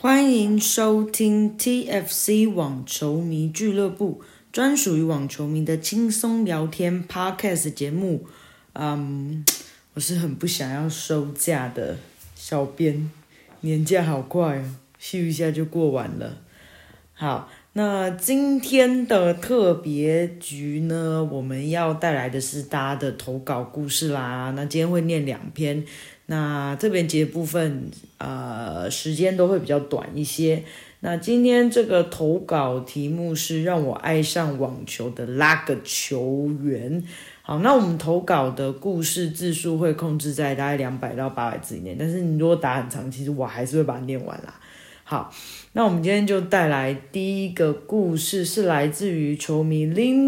欢迎收听 TFC 网球迷俱乐部，专属于网球迷的轻松聊天 Podcast 节目。我是很不想要收假的小编，年假好快哦，咻一下就过完了。好，那今天的特别局呢，我们要带来的是大家的投稿故事啦。那今天会念2篇，那特别节部分时间都会比较短一些。那今天这个投稿题目是让我爱上网球的那个球员。好，那我们投稿的故事字数会控制在大概200到800字以内，但是你如果打很长，其实我还是会把它念完啦。好，那我们今天就带来第一个故事，是来自于球迷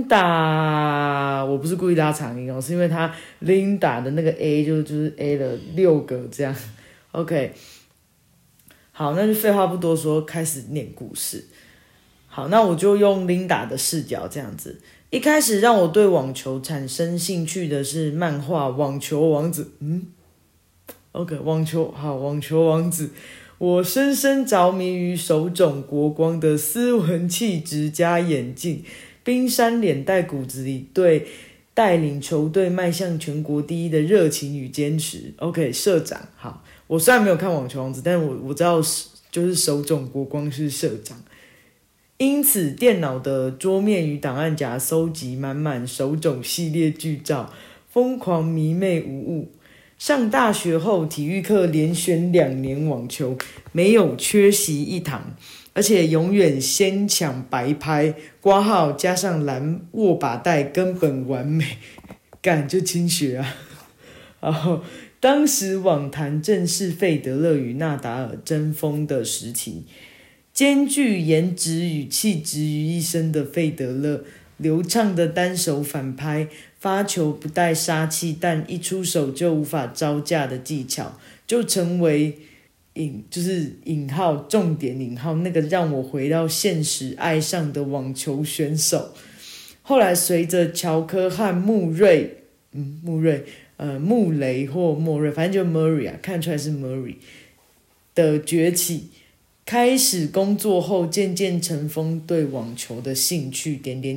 Linda。我不是故意拉长音哦，是因为他 Linda 的那个 A 就是 A 了6个这样。OK， 好，那就废话不多说，开始念故事。好，那我就用 Linda 的视角这样子。一开始让我对网球产生兴趣的是漫画《网球王子》。OK， 网球王子。我深深着迷于手冢国光的斯文气质加眼镜，冰山脸带骨子里对带领球队迈向全国第一的热情与坚持。OK， 社长，好，我虽然没有看网球王子，但是我知道就是手冢国光是社长。因此电脑的桌面与档案夹搜集满满手冢系列剧照，疯狂迷妹无误。上大学后，体育课连选2年网球，没有缺席一堂，而且永远先抢白拍，括号加上蓝握把带，根本完美，干就亲学啊！然后当时网坛正是费德勒与纳达尔争锋的时期，兼具颜值与气质于一身的费德勒，流畅的单手反拍，发球不带杀气，但一出手就无法招架的技巧，就成为重点引号那个让我回到现实爱上的网球选手。后来随着乔科和穆雷或莫瑞，反正就 Murray 啊，看出来是 Murray 的崛起，开始工作后渐渐尘封对网球的兴趣，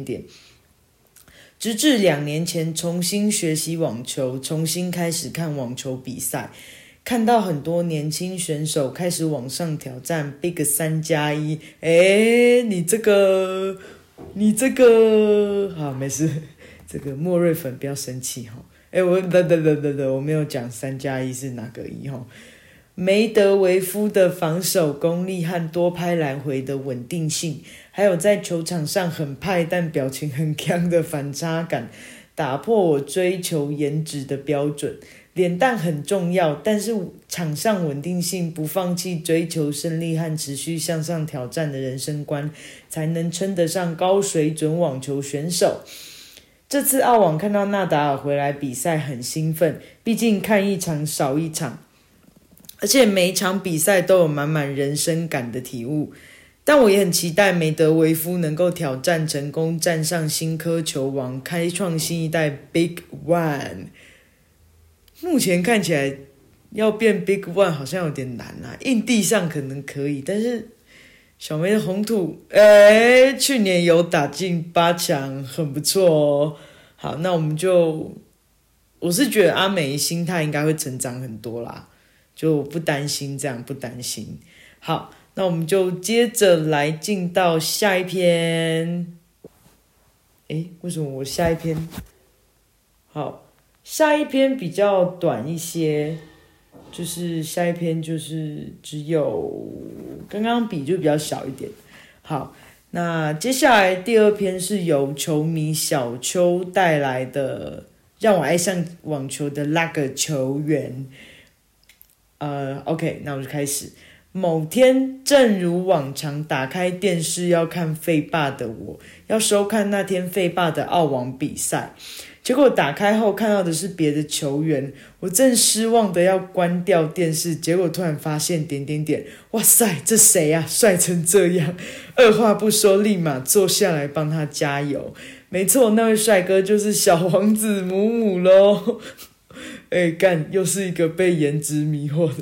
直至2年前重新学习网球，重新开始看网球比赛，看到很多年轻选手开始往上挑战 Big 3+1，你这个好，没事，这个莫瑞粉不要生气哈。我没有讲3+1是哪个1哈。梅德维夫的防守功力和多拍来回的稳定性，还有在球场上很派但表情很强的反差感，打破我追求颜值的标准。脸蛋很重要，但是场上稳定性，不放弃追求胜利和持续向上挑战的人生观，才能称得上高水准网球选手。这次澳网看到纳达尔回来比赛很兴奋，毕竟看一场少一场，而且每一场比赛都有满满人生感的体悟。但我也很期待梅德维夫能够挑战成功，站上新科球王，开创新一代 Big One。目前看起来要变 Big One 好像有点难啊，硬地上可能可以，但是小梅的红土去年有打进8强，很不错哦。好，那我是觉得阿美心态应该会成长很多啦，就不担心。好，那我们就接着来进到下一篇。为什么我下一篇？好，下一篇比较短一些，就是下一篇就是只有刚刚比就比较小一点。好，那接下来第2篇是由球迷小邱带来的，让我爱上网球的那个球员。OK， 那我就开始。某天，正如往常打开电视要看费霸的我，要收看那天费霸的澳网比赛，结果打开后看到的是别的球员，我正失望的要关掉电视，结果突然发现哇塞，这谁啊，帅成这样！二话不说，立马坐下来帮他加油。没错，那位帅哥就是小王子姆姆咯。干，又是一个被颜值迷惑的。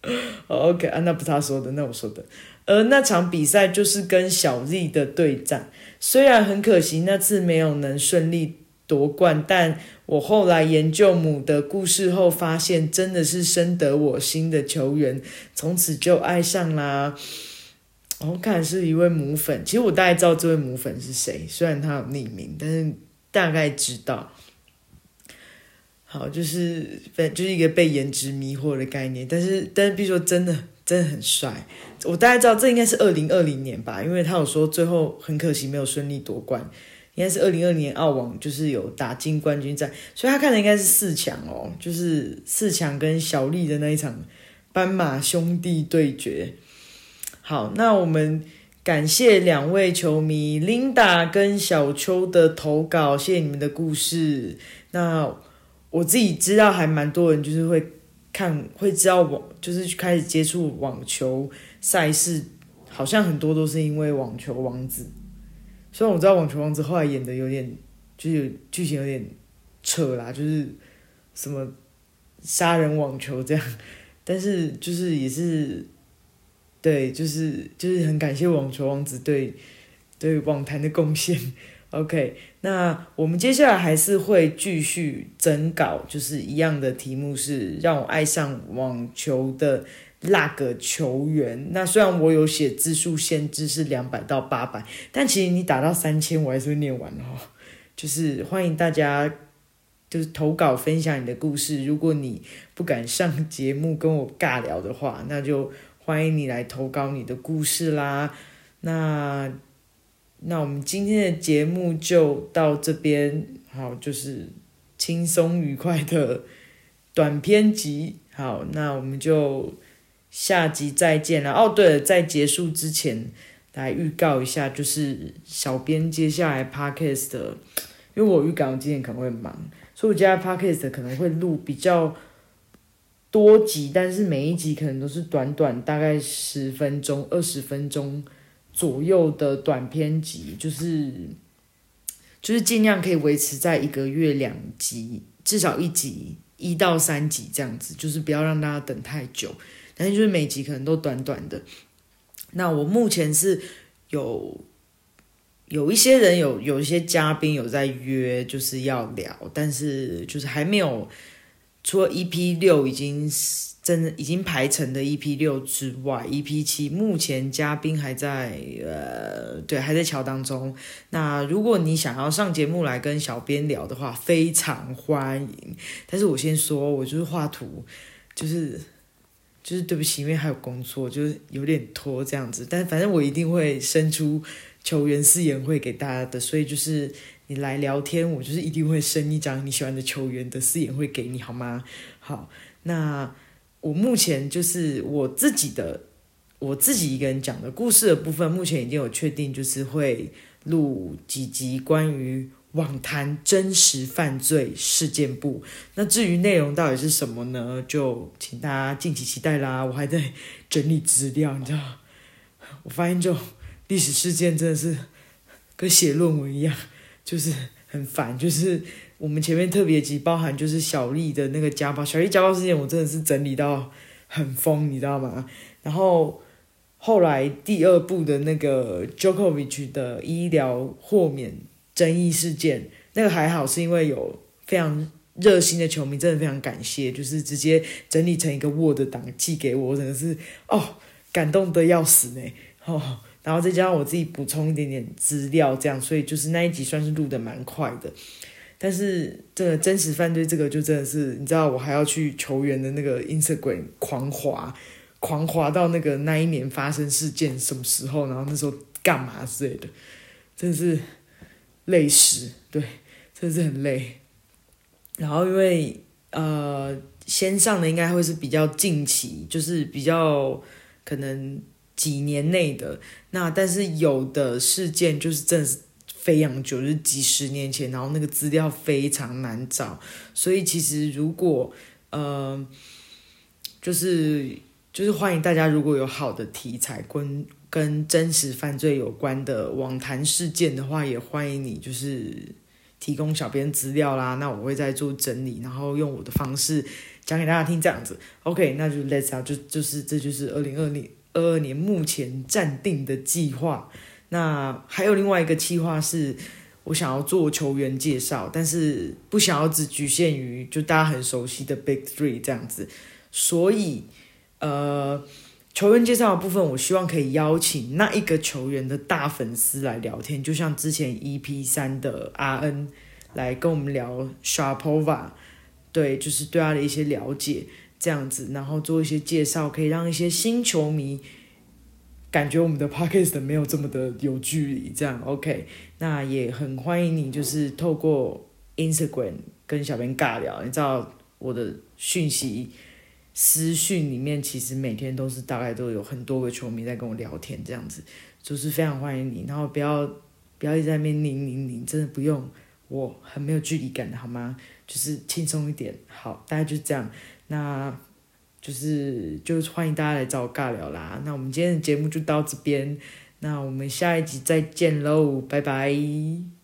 OK 啊，那不是他说的，那我说的。那场比赛就是跟小丽的对战，虽然很可惜那次没有能顺利夺冠，但我后来研究母的故事后发现，真的是深得我心的球员，从此就爱上啦。看来是一位母粉，其实我大概知道这位母粉是谁，虽然他有匿名，但是大概知道。好，就是一个被颜值迷惑的概念，但是必须说真的很帅。我大概知道这应该是2020年吧，因为他有说最后很可惜没有顺利夺冠，应该是2020年澳网就是有打进冠军战，所以他看的应该是4强哦，就是4强跟小丽的那一场斑马兄弟对决。好，那我们感谢2位球迷 Linda 跟小秋的投稿，谢谢你们的故事。那我自己知道还蛮多人就是会知道就是开始接触网球赛事，好像很多都是因为网球王子。虽然我知道网球王子后来演的有点就是剧情有点扯啦，就是什么杀人网球这样，但是就是也是对，就是很感谢网球王子对网坛的贡献。OK， 那我们接下来还是会继续征稿，就是一样的题目是让我爱上网球的那个球员。那虽然我有写字数限制是200到800，但其实你打到3000我还是会念完哦。就是欢迎大家就是投稿分享你的故事，如果你不敢上节目跟我尬聊的话，那就欢迎你来投稿你的故事啦。那我们今天的节目就到这边，好，就是轻松愉快的短篇集。好，那我们就下集再见了。哦，对了，在结束之前来预告一下，就是小编接下来 podcast 的，因为我预感我今天可能会忙，所以我接下来 podcast 可能会录比较多集，但是每一集可能都是短短大概10分钟、20分钟左右的短篇集，就是尽量可以维持在1个月2集，至少1集1到3集这样子，就是不要让大家等太久。但是就是每集可能都短短的。那我目前是有一些人有一些嘉宾有在约，就是要聊，但是就是还没有。除了 EP6 已经排成的 EP6 之外 ，EP7 目前嘉宾还在敲当中。那如果你想要上节目来跟小编聊的话，非常欢迎。但是我先说，我就是画图，就是对不起，因为还有工作，就是有点拖这样子。但反正我一定会生出球员私言会给大家的，所以就是你来聊天，我就是一定会生一张你喜欢的球员的私言会给你，好吗？好，那我目前就是我自己一个人讲的故事的部分，目前已经有确定，就是会录几集关于网坛真实犯罪事件簿。那至于内容到底是什么呢？就请大家敬请期待啦。我还在整理资料，你知道，我发现就历史事件真的是跟写论文一样，就是很烦。就是我们前面特别集包含就是小丽的那个家暴事件，我真的是整理到很疯，你知道吗？然后后来第2部的那个 Djokovic 的医疗豁免争议事件，那个还好，是因为有非常热心的球迷，真的非常感谢，就是直接整理成一个 Word 档寄给我，真的是感动得要死呢。然后再加上我自己补充一点点资料，这样，所以就是那一集算是录得蛮快的。但是这个真实犯罪这个就真的是，你知道，我还要去球员的那个 Instagram 狂滑到那一年发生事件什么时候，然后那时候干嘛之类的，真的是累死，对，真的是很累。然后因为先上的应该会是比较近期，就是比较可能几年内的，那但是有的事件就是真的是非常久，就是几十年前，然后那个资料非常难找，所以其实如果就是欢迎大家，如果有好的题材跟真实犯罪有关的网坛事件的话，也欢迎你就是提供小编资料啦，那我会再做整理，然后用我的方式讲给大家听这样子。OK， 那就 Let's out， 这就是2022年目前暂定的计划。那还有另外一个计划是，我想要做球员介绍，但是不想要只局限于就大家很熟悉的 Big Three 这样子，所以球员介绍的部分，我希望可以邀请那一个球员的大粉丝来聊天，就像之前 EP3 的阿恩来跟我们聊 Sharapova， 对，就是对他的一些了解这样子，然后做一些介绍，可以让一些新球迷感觉我们的 podcast 没有这么的有距离，这样 OK。那也很欢迎你，就是透过 Instagram 跟小编尬聊，你知道我的私讯里面其实每天大概都有很多个球迷在跟我聊天，这样子就是非常欢迎你，然后不要一直在那边拧，真的不用，我很没有距离感的好吗？就是轻松一点，好，大概就是这样，那就是欢迎大家来找我尬聊啦。那我们今天的节目就到这边，那我们下一集再见喽，拜拜。